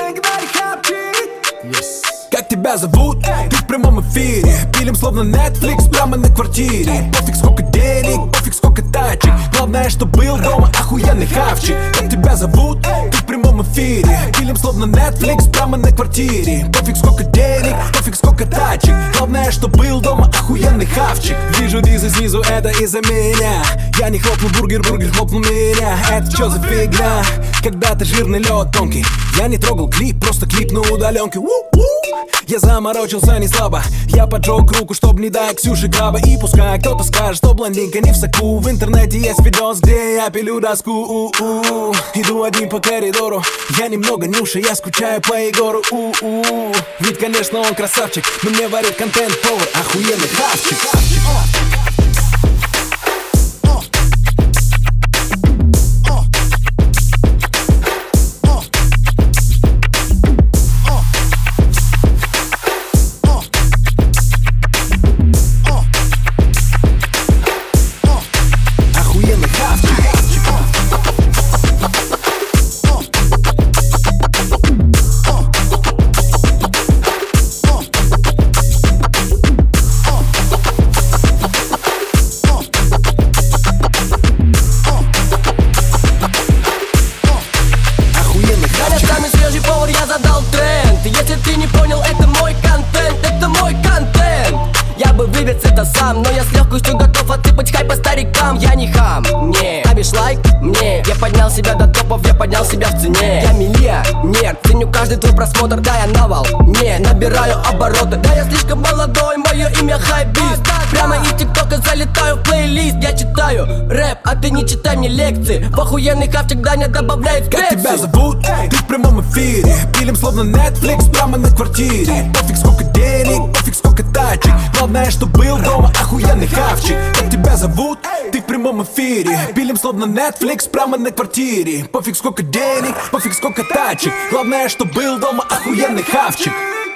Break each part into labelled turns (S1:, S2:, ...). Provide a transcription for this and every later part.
S1: говори, хапчик.
S2: Как тебя зовут? Ты в прямом эфире. Пилим словно Netflix прямо на квартире. Пофиг сколько денег, пофиг сколько тачек. Главное, что был дома охуенный хавчик. Как тебя зовут? Ты в прямом эфире. Пилим словно Netflix прямо на квартире. Пофиг сколько денег, пофиг сколько тачек. Главное, что был дома охуенный хавчик. Вижу дизы снизу, это из-за меня. Я не хлопнул бургер, бургер хлопнул меня. Это что за фигня? Когда-то жирный лед тонкий. Я не трогал клип, просто клип на удаленке. Я заморочился не слабо. Я поджег руку, чтоб не дать Ксюше краба. И пускай кто-то скажет, что блондинка не в соку. В интернете есть видос, где я пилю доску. Иду один по коридору. Я немного нюша, я скучаю по Егору. Ведь, конечно, он красавчик, но мне варит контент-повар. Охуенный хавчик.
S3: Но я с легкостью готов отсыпать хайп по старикам. Я не хам, не ставишь лайк мне. Я поднял себя до топов, я поднял себя в цене. Я миллионер, ценю каждый твой просмотр. Да, я на волне, набираю обороты. Да, я слишком молодой, мое имя хайбист. Прямо из тиктока залетаю в плейлист. Я читаю рэп, а ты не читай мне лекции. В охуенный хавчик Даня добавляет специи.
S2: Как тебя зовут? Ты в прямом эфире. Пилим словно Netflix прямо на квартире. Пофиг сколько денег, пофиг сколько тачек. Главное, что был дома охуенный хавчик. Как тебя зовут? Ты в прямом эфире. Пилим словно Netflix прямо на квартире. Пофиг сколько денег, пофиг сколько тачек. Главное, что был дома охуенный хавчик.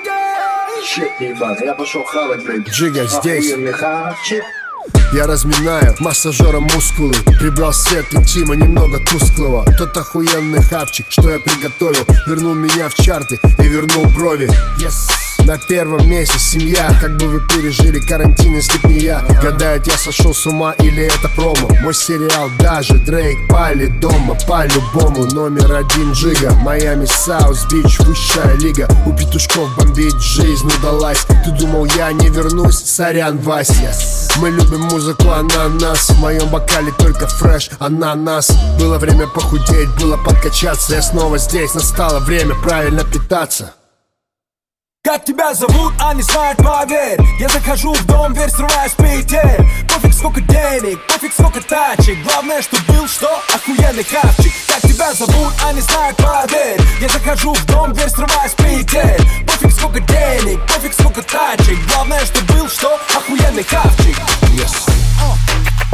S4: Я пошел хавать, блядь.
S5: Джига здесь.
S4: Хавчик.
S5: Я разминаю массажером мускулы. Прибрал свет интима немного тусклого. Тот охуенный хавчик, что я приготовил, вернул меня в чарты и вернул брови. На первом месте семья. Как бы вы пережили карантин, если б не я? Гадают, я сошел с ума или это промо? Мой сериал даже Дрейк пали дома. По-любому номер один Джига. Майами, Саус Бич, высшая лига. У петушков бомбить жизнь удалась. Ты думал, я не вернусь? Сорян, Вася. Мы любим музыку ананас. В моем бокале только фреш, ананас. Было время похудеть, было подкачаться. Я снова здесь, настало время правильно питаться.
S2: Как тебя зовут, а не знают, поверь. Я захожу в дом, дверь срываю с петель. Пофиг сколько денег, пофиг сколько тачек. Главное, что был, что охуенный хавчик. Как тебя зовут, а не знают, поверь. Я захожу в дом, дверь срываю с петель. Пофиг сколько денег, пофиг сколько тачек. Главное, что был, что охуенный хавчик.